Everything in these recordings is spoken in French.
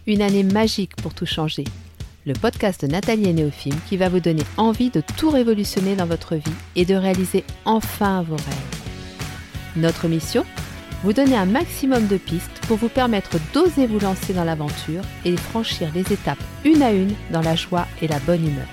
Une année magique pour tout changer. Le podcast de Nathalie et Néophime qui va vous donner envie de tout révolutionner dans votre vie et de réaliser enfin vos rêves. Notre mission ? Vous donner un maximum de pistes pour vous permettre d'oser vous lancer dans l'aventure et franchir les étapes une à une dans la joie et la bonne humeur.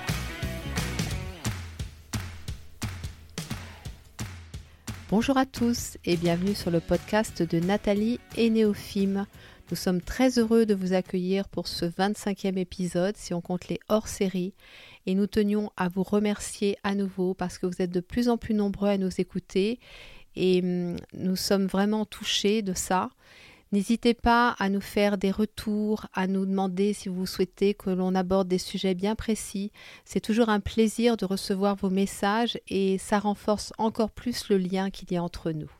Bonjour à tous et bienvenue sur le podcast de Nathalie et Néophime. Nous sommes très heureux de vous accueillir pour ce 25e épisode, si on compte les hors-séries. Et nous tenions à vous remercier à nouveau parce que vous êtes de plus en plus nombreux à nous écouter. Et nous sommes vraiment touchés de ça. N'hésitez pas à nous faire des retours, à nous demander si vous souhaitez que l'on aborde des sujets bien précis. C'est toujours un plaisir de recevoir vos messages et ça renforce encore plus le lien qu'il y a entre nous.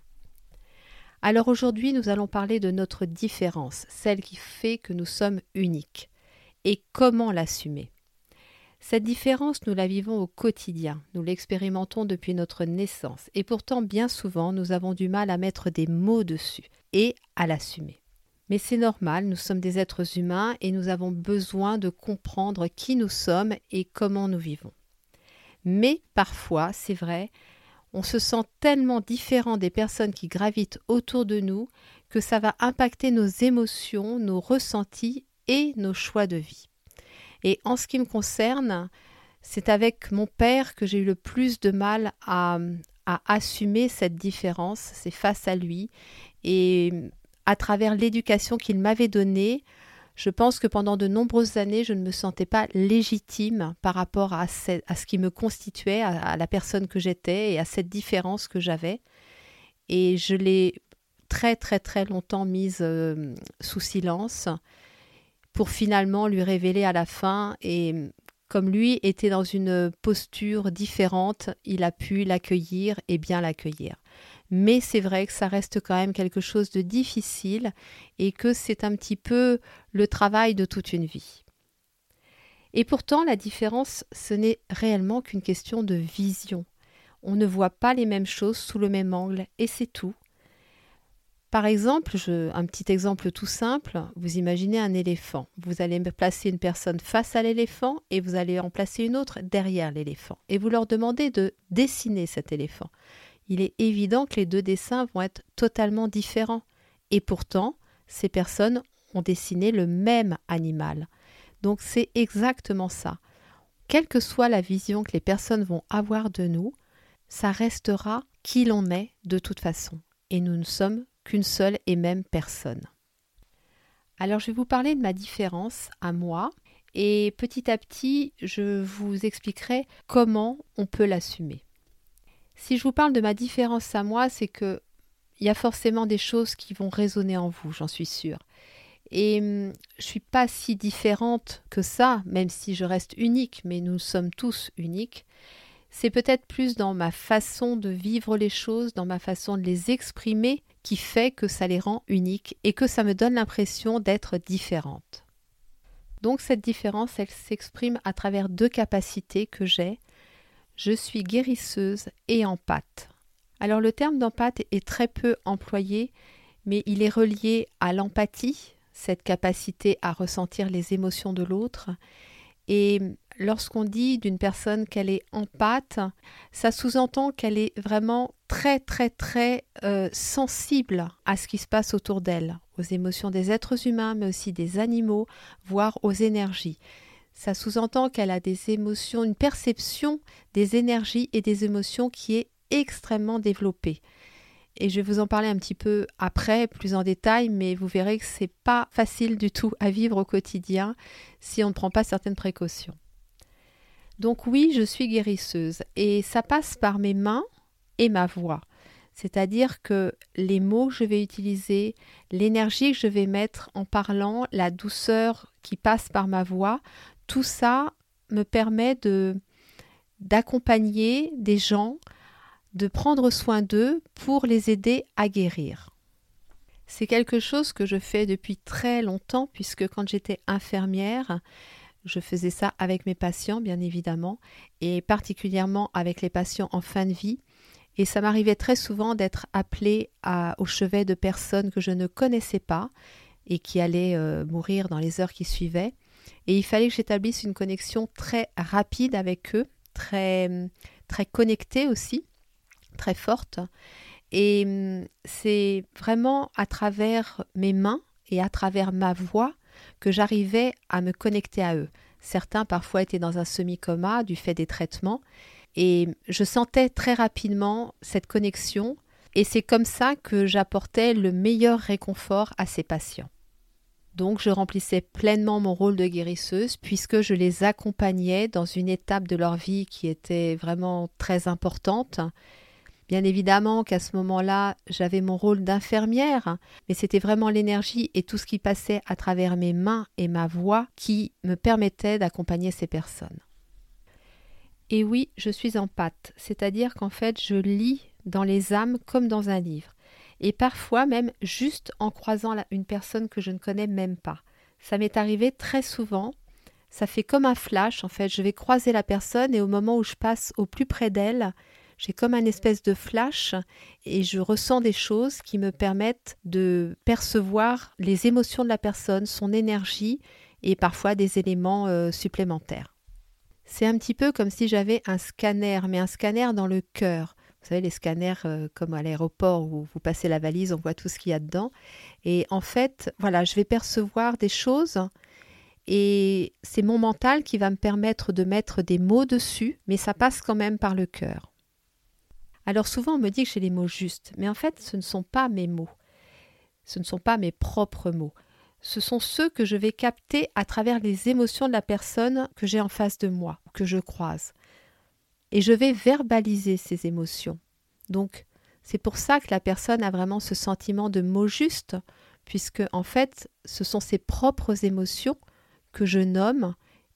Alors aujourd'hui, nous allons parler de notre différence, celle qui fait que nous sommes uniques. Et comment l'assumer ? Cette différence, nous la vivons au quotidien, nous l'expérimentons depuis notre naissance et pourtant bien souvent, nous avons du mal à mettre des mots dessus et à l'assumer. Mais c'est normal, nous sommes des êtres humains et nous avons besoin de comprendre qui nous sommes et comment nous vivons. Mais parfois, c'est vrai, on se sent tellement différent des personnes qui gravitent autour de nous que ça va impacter nos émotions, nos ressentis et nos choix de vie. Et en ce qui me concerne, c'est avec mon père que j'ai eu le plus de mal à assumer cette différence, c'est face à lui. Et à travers l'éducation qu'il m'avait donnée, je pense que pendant de nombreuses années, je ne me sentais pas légitime par rapport à ce qui me constituait, à la personne que j'étais et à cette différence que j'avais. Et je l'ai très très très longtemps mise sous silence pour finalement lui révéler à la fin. Et comme lui était dans une posture différente, il a pu l'accueillir et bien l'accueillir. Mais c'est vrai que ça reste quand même quelque chose de difficile et que c'est un petit peu le travail de toute une vie. Et pourtant, la différence, ce n'est réellement qu'une question de vision. On ne voit pas les mêmes choses sous le même angle et c'est tout. Par exemple, un petit exemple tout simple, vous imaginez un éléphant. Vous allez placer une personne face à l'éléphant et vous allez en placer une autre derrière l'éléphant. Et vous leur demandez de dessiner cet éléphant. Il est évident que les deux dessins vont être totalement différents. Et pourtant, ces personnes ont dessiné le même animal. Donc c'est exactement ça. Quelle que soit la vision que les personnes vont avoir de nous, ça restera qui l'on est de toute façon. Et nous ne sommes qu'une seule et même personne. Alors je vais vous parler de ma différence à moi et petit à petit, je vous expliquerai comment on peut l'assumer. Si je vous parle de ma différence à moi, c'est qu'il y a forcément des choses qui vont résonner en vous, j'en suis sûre. Et je ne suis pas si différente que ça, même si je reste unique, mais nous sommes tous uniques. C'est peut-être plus dans ma façon de vivre les choses, dans ma façon de les exprimer, qui fait que ça les rend uniques et que ça me donne l'impression d'être différente. Donc cette différence, elle s'exprime à travers deux capacités que j'ai. Je suis guérisseuse et empathe. Alors le terme d'empathe est très peu employé, mais il est relié à l'empathie, cette capacité à ressentir les émotions de l'autre. Et lorsqu'on dit d'une personne qu'elle est empathe, ça sous-entend qu'elle est vraiment très très très sensible à ce qui se passe autour d'elle, aux émotions des êtres humains, mais aussi des animaux, voire aux énergies. Ça sous-entend qu'elle a des émotions, une perception des énergies et des émotions qui est extrêmement développée. Et je vais vous en parler un petit peu après, plus en détail, mais vous verrez que c'est pas facile du tout à vivre au quotidien si on ne prend pas certaines précautions. Donc oui, je suis guérisseuse et ça passe par mes mains et ma voix. C'est-à-dire que les mots que je vais utiliser, l'énergie que je vais mettre en parlant, la douceur qui passe par ma voix, tout ça me permet d'accompagner des gens, de prendre soin d'eux pour les aider à guérir. C'est quelque chose que je fais depuis très longtemps puisque quand j'étais infirmière, je faisais ça avec mes patients bien évidemment et particulièrement avec les patients en fin de vie. Et ça m'arrivait très souvent d'être appelée au chevet de personnes que je ne connaissais pas et qui allait mourir dans les heures qui suivaient. Et il fallait que j'établisse une connexion très rapide avec eux, très, très connectée aussi, très forte. Et c'est vraiment à travers mes mains et à travers ma voix que j'arrivais à me connecter à eux. Certains parfois étaient dans un semi-coma du fait des traitements et je sentais très rapidement cette connexion et c'est comme ça que j'apportais le meilleur réconfort à ces patients. Donc je remplissais pleinement mon rôle de guérisseuse puisque je les accompagnais dans une étape de leur vie qui était vraiment très importante. Bien évidemment qu'à ce moment-là, j'avais mon rôle d'infirmière, mais c'était vraiment l'énergie et tout ce qui passait à travers mes mains et ma voix qui me permettait d'accompagner ces personnes. Et oui, je suis empathe, c'est-à-dire qu'en fait, je lis dans les âmes comme dans un livre. Et parfois même juste en croisant une personne que je ne connais même pas. Ça m'est arrivé très souvent, ça fait comme un flash en fait, je vais croiser la personne et au moment où je passe au plus près d'elle, j'ai comme un espèce de flash et je ressens des choses qui me permettent de percevoir les émotions de la personne, son énergie et parfois des éléments supplémentaires. C'est un petit peu comme si j'avais un scanner, mais un scanner dans le cœur. Vous savez, les scanners comme à l'aéroport où vous passez la valise, on voit tout ce qu'il y a dedans. Et en fait, voilà, je vais percevoir des choses et c'est mon mental qui va me permettre de mettre des mots dessus, mais ça passe quand même par le cœur. Alors souvent, on me dit que j'ai les mots justes, mais en fait, ce ne sont pas mes mots. Ce ne sont pas mes propres mots. Ce sont ceux que je vais capter à travers les émotions de la personne que j'ai en face de moi, que je croise. Et je vais verbaliser ces émotions. Donc, c'est pour ça que la personne a vraiment ce sentiment de mots justes, puisque en fait, ce sont ses propres émotions que je nomme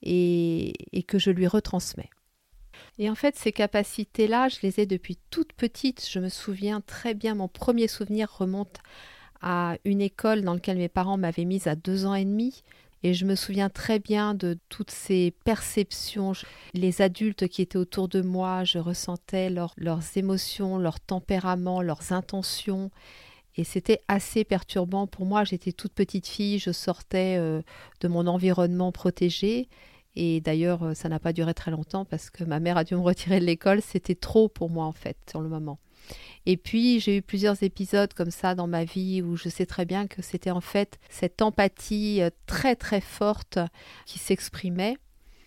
et que je lui retransmets. Et en fait, ces capacités-là, je les ai depuis toute petite. Je me souviens très bien, mon premier souvenir remonte à une école dans laquelle mes parents m'avaient mise à 2 ans et demi. Et je me souviens très bien de toutes ces perceptions. Les adultes qui étaient autour de moi, je ressentais leurs émotions, leur tempérament, leurs intentions. Et c'était assez perturbant pour moi. J'étais toute petite fille, je sortais de mon environnement protégé. Et d'ailleurs, ça n'a pas duré très longtemps parce que ma mère a dû me retirer de l'école. C'était trop pour moi en fait, sur le moment. Et puis, j'ai eu plusieurs épisodes comme ça dans ma vie où je sais très bien que c'était en fait cette empathie très très forte qui s'exprimait.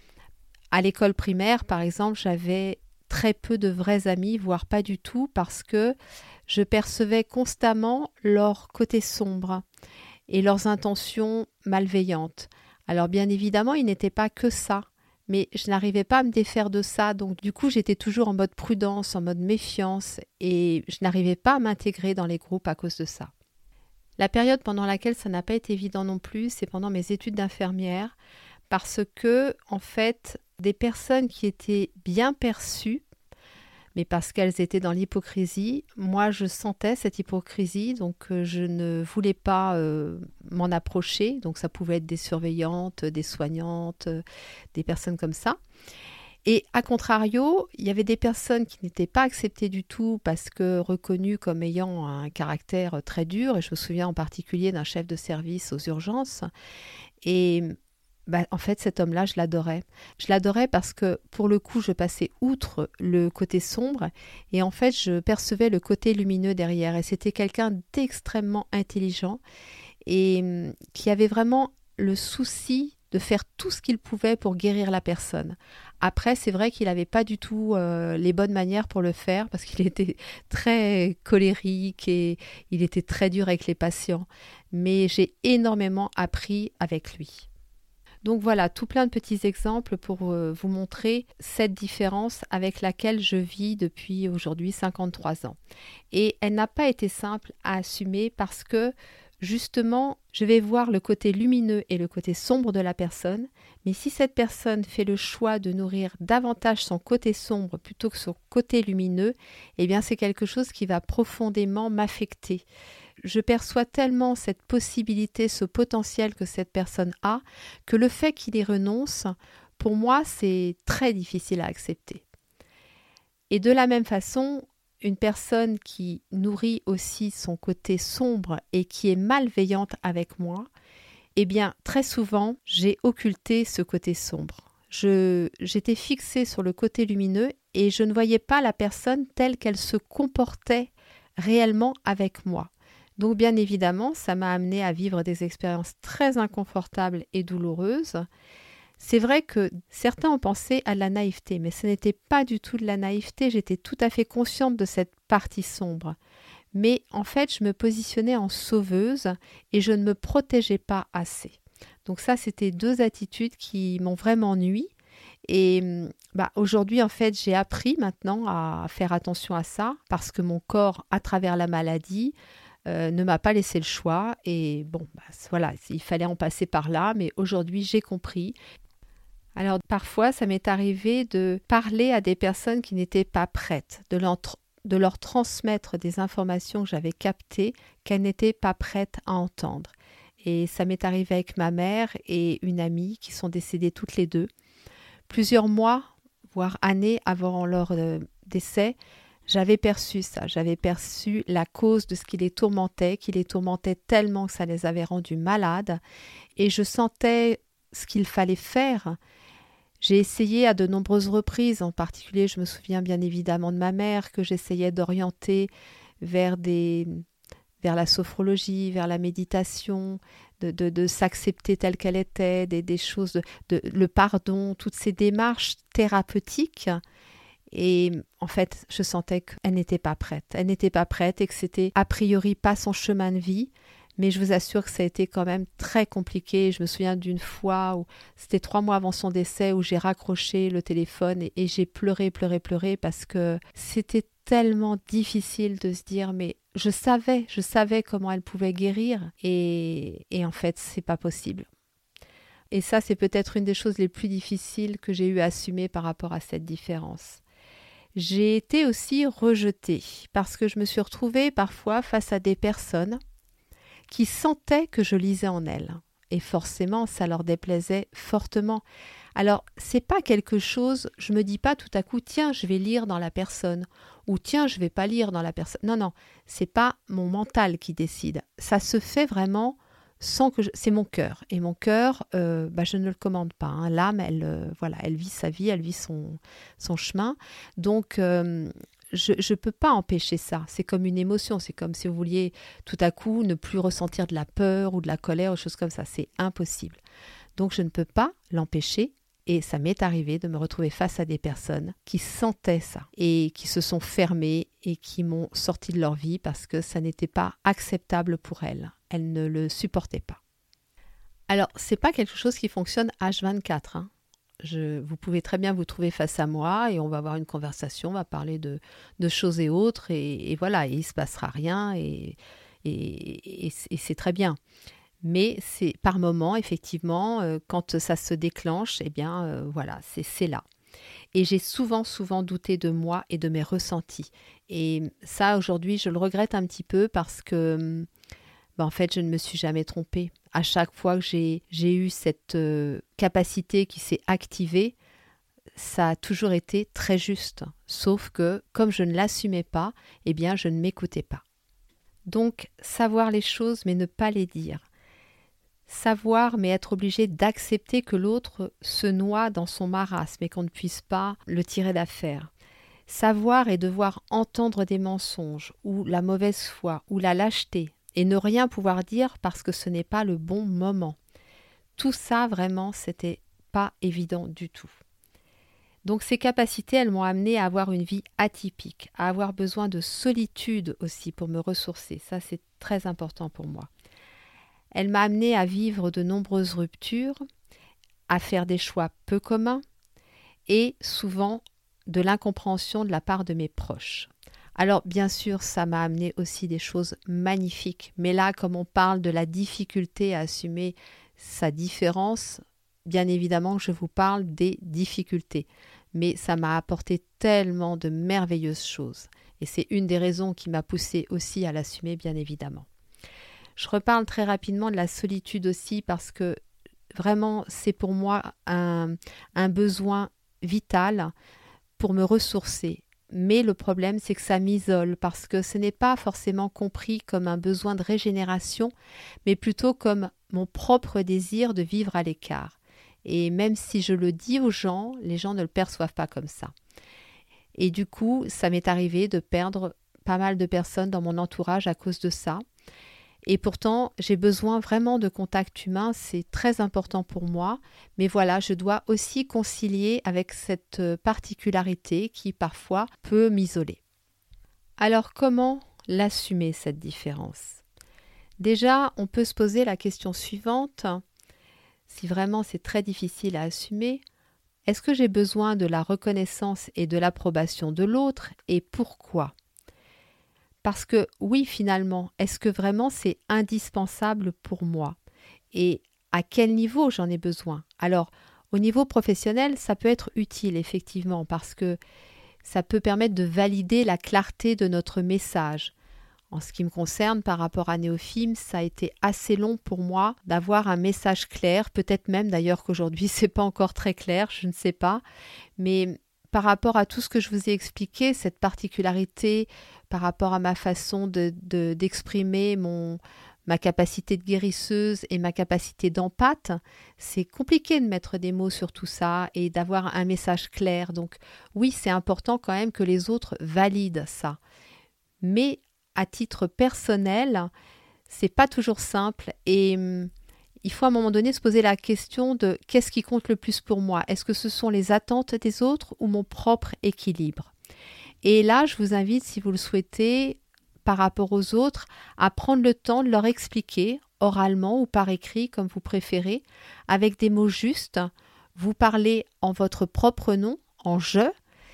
À l'école primaire, par exemple, j'avais très peu de vrais amis, voire pas du tout, parce que je percevais constamment leur côté sombre et leurs intentions malveillantes. Alors bien évidemment, il n'était pas que ça. Mais je n'arrivais pas à me défaire de ça, donc du coup j'étais toujours en mode prudence, en mode méfiance, et je n'arrivais pas à m'intégrer dans les groupes à cause de ça. La période pendant laquelle ça n'a pas été évident non plus, c'est pendant mes études d'infirmière, parce que, en fait, des personnes qui étaient bien perçues, mais parce qu'elles étaient dans l'hypocrisie, moi je sentais cette hypocrisie, donc je ne voulais pas m'en approcher, donc ça pouvait être des surveillantes, des soignantes, des personnes comme ça. Et à contrario, il y avait des personnes qui n'étaient pas acceptées du tout parce que reconnues comme ayant un caractère très dur, et je me souviens en particulier d'un chef de service aux urgences, et en fait, cet homme-là, je l'adorais. Je l'adorais parce que, pour le coup, je passais outre le côté sombre et en fait, je percevais le côté lumineux derrière. Et c'était quelqu'un d'extrêmement intelligent et qui avait vraiment le souci de faire tout ce qu'il pouvait pour guérir la personne. Après, c'est vrai qu'il n'avait pas du tout les bonnes manières pour le faire parce qu'il était très colérique et il était très dur avec les patients. Mais j'ai énormément appris avec lui. Donc voilà, tout plein de petits exemples pour vous montrer cette différence avec laquelle je vis depuis aujourd'hui 53 ans. Et elle n'a pas été simple à assumer parce que justement, je vais voir le côté lumineux et le côté sombre de la personne, mais si cette personne fait le choix de nourrir davantage son côté sombre plutôt que son côté lumineux, eh bien c'est quelque chose qui va profondément m'affecter. Je perçois tellement cette possibilité, ce potentiel que cette personne a, que le fait qu'il y renonce, pour moi, c'est très difficile à accepter. Et de la même façon, une personne qui nourrit aussi son côté sombre et qui est malveillante avec moi, eh bien, très souvent, j'ai occulté ce côté sombre. J'étais fixée sur le côté lumineux et je ne voyais pas la personne telle qu'elle se comportait réellement avec moi. Donc, bien évidemment, ça m'a amenée à vivre des expériences très inconfortables et douloureuses. C'est vrai que certains ont pensé à de la naïveté, mais ce n'était pas du tout de la naïveté, j'étais tout à fait consciente de cette partie sombre. Mais en fait, je me positionnais en sauveuse et je ne me protégeais pas assez. Donc ça, c'était deux attitudes qui m'ont vraiment nui. Et aujourd'hui, en fait, j'ai appris maintenant à faire attention à ça parce que mon corps, à travers la maladie, ne m'a pas laissé le choix. Et voilà, il fallait en passer par là. Mais aujourd'hui, j'ai compris. Alors parfois, ça m'est arrivé de parler à des personnes qui n'étaient pas prêtes, de leur transmettre des informations que j'avais captées qu'elles n'étaient pas prêtes à entendre. Et ça m'est arrivé avec ma mère et une amie qui sont décédées toutes les deux. Plusieurs mois, voire années avant leur décès, j'avais perçu ça. J'avais perçu la cause de ce qui les tourmentait tellement que ça les avait rendus malades. Et je sentais ce qu'il fallait faire. J'ai essayé à de nombreuses reprises, en particulier je me souviens bien évidemment de ma mère que j'essayais d'orienter vers la sophrologie, vers la méditation, de s'accepter telle qu'elle était, des choses, le pardon, toutes ces démarches thérapeutiques. Et en fait, je sentais qu'elle n'était pas prête. Elle n'était pas prête et que c'était a priori pas son chemin de vie. Mais je vous assure que ça a été quand même très compliqué. Je me souviens d'une fois où c'était 3 mois avant son décès où j'ai raccroché le téléphone et j'ai pleuré parce que c'était tellement difficile de se dire mais je savais comment elle pouvait guérir et en fait c'est pas possible. Et ça c'est peut-être une des choses les plus difficiles que j'ai eu à assumer par rapport à cette différence. J'ai été aussi rejetée parce que je me suis retrouvée parfois face à des personnes qui sentaient que je lisais en elles. Et forcément, ça leur déplaisait fortement. Alors, c'est pas quelque chose, je me dis pas tout à coup, tiens, je vais lire dans la personne, ou tiens, je vais pas lire dans la personne. Non, c'est pas mon mental qui décide. Ça se fait vraiment sans que c'est mon cœur. Et mon cœur, je ne le commande pas. Hein. L'âme, elle vit sa vie, elle vit son chemin. Donc, je ne peux pas empêcher ça. C'est comme une émotion. C'est comme si vous vouliez tout à coup ne plus ressentir de la peur ou de la colère ou des choses comme ça. C'est impossible. Donc, je ne peux pas l'empêcher. Et ça m'est arrivé de me retrouver face à des personnes qui sentaient ça et qui se sont fermées et qui m'ont sorti de leur vie parce que ça n'était pas acceptable pour elles. Elles ne le supportaient pas. Alors, c'est pas quelque chose qui fonctionne H24. Hein. Vous pouvez très bien vous trouver face à moi et on va avoir une conversation, on va parler de choses et autres et voilà, et il ne se passera rien et c'est très bien. Mais c'est par moment, effectivement, quand ça se déclenche, eh bien, voilà, c'est là. Et j'ai souvent douté de moi et de mes ressentis. Et ça, aujourd'hui, je le regrette un petit peu parce que, en fait, je ne me suis jamais trompée. À chaque fois que j'ai eu cette capacité qui s'est activée, ça a toujours été très juste. Sauf que, comme je ne l'assumais pas, eh bien, je ne m'écoutais pas. Donc, savoir les choses, mais ne pas les dire. Savoir, mais être obligé d'accepter que l'autre se noie dans son marasme et qu'on ne puisse pas le tirer d'affaire. Savoir et devoir entendre des mensonges, ou la mauvaise foi, ou la lâcheté, et ne rien pouvoir dire parce que ce n'est pas le bon moment. Tout ça, vraiment, c'était pas évident du tout. Donc ces capacités, elles m'ont amenée à avoir une vie atypique, à avoir besoin de solitude aussi pour me ressourcer. Ça, c'est très important pour moi. Elle m'a amenée à vivre de nombreuses ruptures, à faire des choix peu communs et souvent de l'incompréhension de la part de mes proches. Alors bien sûr, ça m'a amené aussi des choses magnifiques, mais là, comme on parle de la difficulté à assumer sa différence, bien évidemment que je vous parle des difficultés, mais ça m'a apporté tellement de merveilleuses choses et c'est une des raisons qui m'a poussée aussi à l'assumer, bien évidemment. Je reparle très rapidement de la solitude aussi parce que vraiment c'est pour moi un besoin vital pour me ressourcer. mais le problème c'est que ça m'isole parce que ce n'est pas forcément compris comme un besoin de régénération, mais plutôt comme mon propre désir de vivre à l'écart. Et même si je le dis aux gens, les gens ne le perçoivent pas comme ça. Et du coup, ça m'est arrivé de perdre pas mal de personnes dans mon entourage à cause de ça. Et pourtant, j'ai besoin vraiment de contact humain, c'est très important pour moi. Mais voilà, je dois aussi concilier avec cette particularité qui parfois peut m'isoler. Alors comment l'assumer, cette différence? Déjà, on peut se poser la question suivante. Si vraiment c'est très difficile à assumer, est-ce que j'ai besoin de la reconnaissance et de l'approbation de l'autre et pourquoi? Parce que oui, finalement, est-ce que vraiment c'est indispensable pour moi? Et à quel niveau j'en ai besoin? Alors, au niveau professionnel, ça peut être utile, effectivement, parce que ça peut permettre de valider la clarté de notre message. En ce qui me concerne, par rapport à Néofilm, ça a été assez long pour moi d'avoir un message clair, peut-être même d'ailleurs qu'aujourd'hui c'est pas encore très clair, je ne sais pas, mais par rapport à tout ce que je vous ai expliqué, cette particularité, par rapport à ma façon d'exprimer ma capacité de guérisseuse et ma capacité d'empathe, c'est compliqué de mettre des mots sur tout ça et d'avoir un message clair. Donc oui, c'est important quand même que les autres valident ça. Mais à titre personnel, c'est pas toujours simple et il faut à un moment donné se poser la question de qu'est-ce qui compte le plus pour moi? Est-ce que ce sont les attentes des autres ou mon propre équilibre? Et là, je vous invite, si vous le souhaitez, par rapport aux autres, à prendre le temps de leur expliquer, oralement ou par écrit, comme vous préférez, avec des mots justes. Vous parlez en votre propre nom, en je,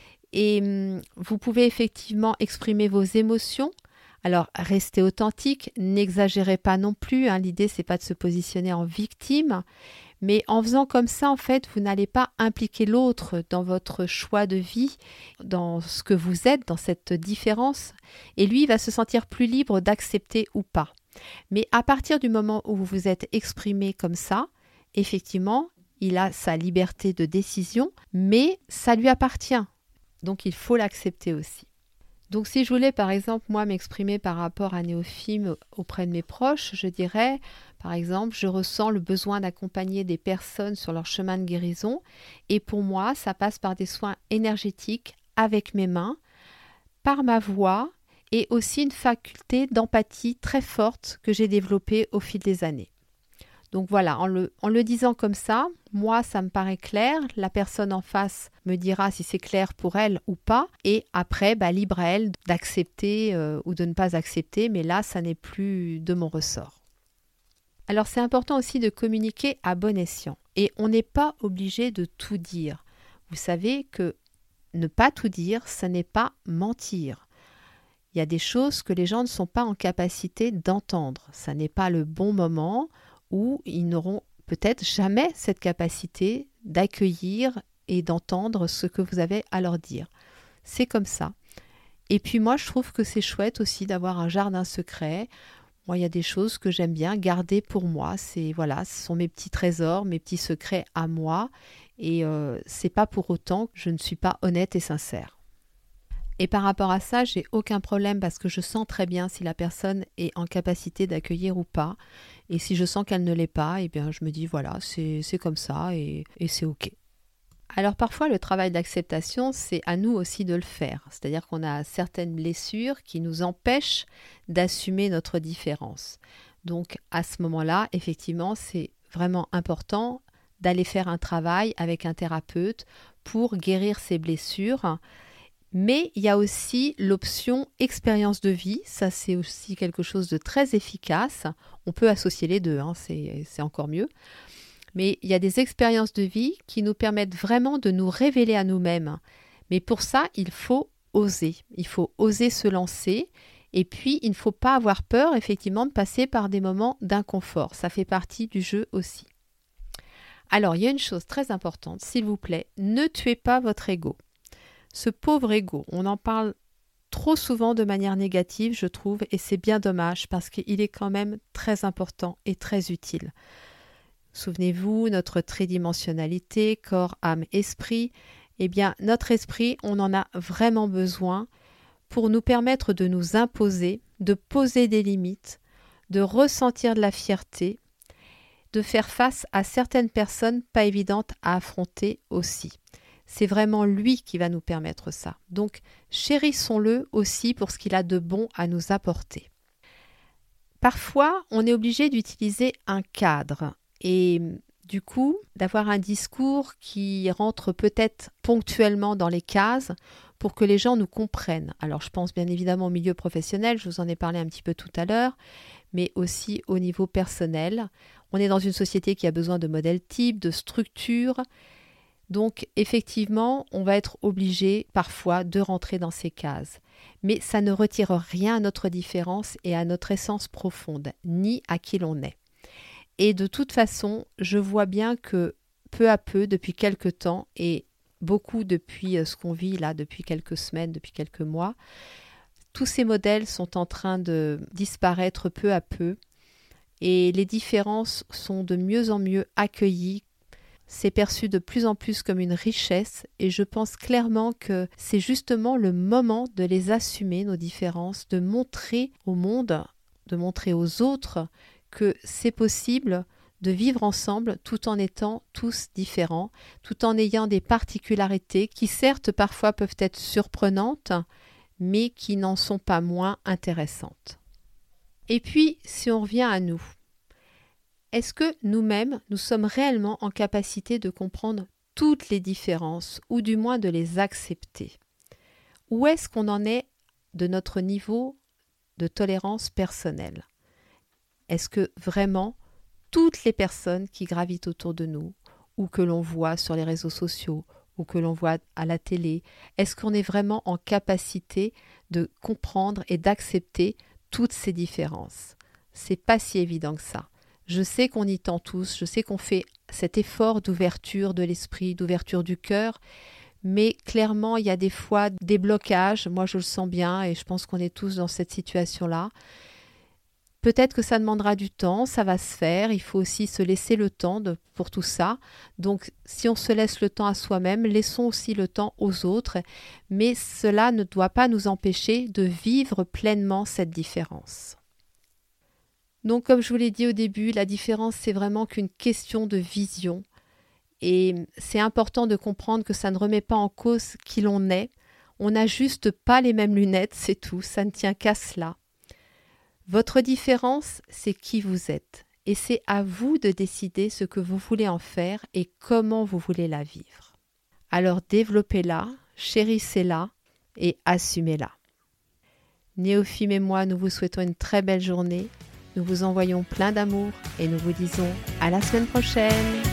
et vous pouvez effectivement exprimer vos émotions. Alors, restez authentique, n'exagérez pas non plus, l'idée c'est pas de se positionner en victime, mais en faisant comme ça, en fait, vous n'allez pas impliquer l'autre dans votre choix de vie, dans ce que vous êtes, dans cette différence, et lui il va se sentir plus libre d'accepter ou pas. Mais à partir du moment où vous vous êtes exprimé comme ça, effectivement, il a sa liberté de décision, mais ça lui appartient, donc il faut l'accepter aussi. Donc si je voulais par exemple moi m'exprimer par rapport à Néofilm auprès de mes proches, je dirais par exemple je ressens le besoin d'accompagner des personnes sur leur chemin de guérison et pour moi ça passe par des soins énergétiques avec mes mains, par ma voix et aussi une faculté d'empathie très forte que j'ai développée au fil des années. Donc voilà, en le disant comme ça, moi, ça me paraît clair. La personne en face me dira si c'est clair pour elle ou pas. Et après, libre à elle d'accepter ou de ne pas accepter. Mais là, ça n'est plus de mon ressort. Alors, c'est important aussi de communiquer à bon escient. Et on n'est pas obligé de tout dire. Vous savez que ne pas tout dire, ce n'est pas mentir. Il y a des choses que les gens ne sont pas en capacité d'entendre. Ça n'est pas le bon moment où ils n'auront peut-être jamais cette capacité d'accueillir et d'entendre ce que vous avez à leur dire. C'est comme ça. Et puis moi, je trouve que c'est chouette aussi d'avoir un jardin secret. Moi, il y a des choses que j'aime bien garder pour moi. Ce sont mes petits trésors, mes petits secrets à moi. Et c'est pas pour autant que je ne suis pas honnête et sincère. Et par rapport à ça, j'ai aucun problème parce que je sens très bien si la personne est en capacité d'accueillir ou pas. Et si je sens qu'elle ne l'est pas, eh bien je me dis voilà, c'est comme ça et c'est ok. Alors parfois le travail d'acceptation, c'est à nous aussi de le faire. C'est-à-dire qu'on a certaines blessures qui nous empêchent d'assumer notre différence. Donc à ce moment-là, effectivement, c'est vraiment important d'aller faire un travail avec un thérapeute pour guérir ces blessures. Mais il y a aussi l'option expérience de vie, ça c'est aussi quelque chose de très efficace. On peut associer les deux, c'est encore mieux. Mais il y a des expériences de vie qui nous permettent vraiment de nous révéler à nous-mêmes. Mais pour ça, il faut oser se lancer. Et puis, il ne faut pas avoir peur effectivement de passer par des moments d'inconfort. Ça fait partie du jeu aussi. Alors, il y a une chose très importante, s'il vous plaît, ne tuez pas votre ego. Ce pauvre ego, on en parle trop souvent de manière négative, je trouve, et c'est bien dommage parce qu'il est quand même très important et très utile. Souvenez-vous, notre tridimensionnalité, corps, âme, esprit, eh bien notre esprit, on en a vraiment besoin pour nous permettre de nous imposer, de poser des limites, de ressentir de la fierté, de faire face à certaines personnes pas évidentes à affronter aussi. C'est vraiment lui qui va nous permettre ça. Donc, chérissons-le aussi pour ce qu'il a de bon à nous apporter. Parfois, on est obligé d'utiliser un cadre et du coup, d'avoir un discours qui rentre peut-être ponctuellement dans les cases pour que les gens nous comprennent. Alors, je pense bien évidemment au milieu professionnel, je vous en ai parlé un petit peu tout à l'heure, mais aussi au niveau personnel. On est dans une société qui a besoin de modèles types, de structures. Donc, effectivement, on va être obligé parfois de rentrer dans ces cases. Mais ça ne retire rien à notre différence et à notre essence profonde, ni à qui l'on est. Et de toute façon, je vois bien que peu à peu, depuis quelques temps, et beaucoup depuis ce qu'on vit là, depuis quelques semaines, depuis quelques mois, tous ces modèles sont en train de disparaître peu à peu et les différences sont de mieux en mieux accueillies. C'est perçu de plus en plus comme une richesse et je pense clairement que c'est justement le moment de les assumer, nos différences, de montrer au monde, de montrer aux autres que c'est possible de vivre ensemble tout en étant tous différents, tout en ayant des particularités qui certes parfois peuvent être surprenantes, mais qui n'en sont pas moins intéressantes. Et puis, si on revient à nous, est-ce que nous-mêmes, nous sommes réellement en capacité de comprendre toutes les différences, ou du moins de les accepter? Où est-ce qu'on en est de notre niveau de tolérance personnelle? Est-ce que vraiment toutes les personnes qui gravitent autour de nous, ou que l'on voit sur les réseaux sociaux, ou que l'on voit à la télé, est-ce qu'on est vraiment en capacité de comprendre et d'accepter toutes ces différences? C'est pas si évident que ça. Je sais qu'on y tend tous, je sais qu'on fait cet effort d'ouverture de l'esprit, d'ouverture du cœur, mais clairement, il y a des fois des blocages. Moi, je le sens bien et je pense qu'on est tous dans cette situation-là. Peut-être que ça demandera du temps, ça va se faire. Il faut aussi se laisser le temps pour tout ça. Donc, si on se laisse le temps à soi-même, laissons aussi le temps aux autres. Mais cela ne doit pas nous empêcher de vivre pleinement cette différence. Donc, comme je vous l'ai dit au début, la différence, c'est vraiment qu'une question de vision. Et c'est important de comprendre que ça ne remet pas en cause qui l'on est. On n'a juste pas les mêmes lunettes, c'est tout. Ça ne tient qu'à cela. Votre différence, c'est qui vous êtes. Et c'est à vous de décider ce que vous voulez en faire et comment vous voulez la vivre. Alors développez-la, chérissez-la et assumez-la. Néophime et moi, nous vous souhaitons une très belle journée. Nous vous envoyons plein d'amour et nous vous disons à la semaine prochaine.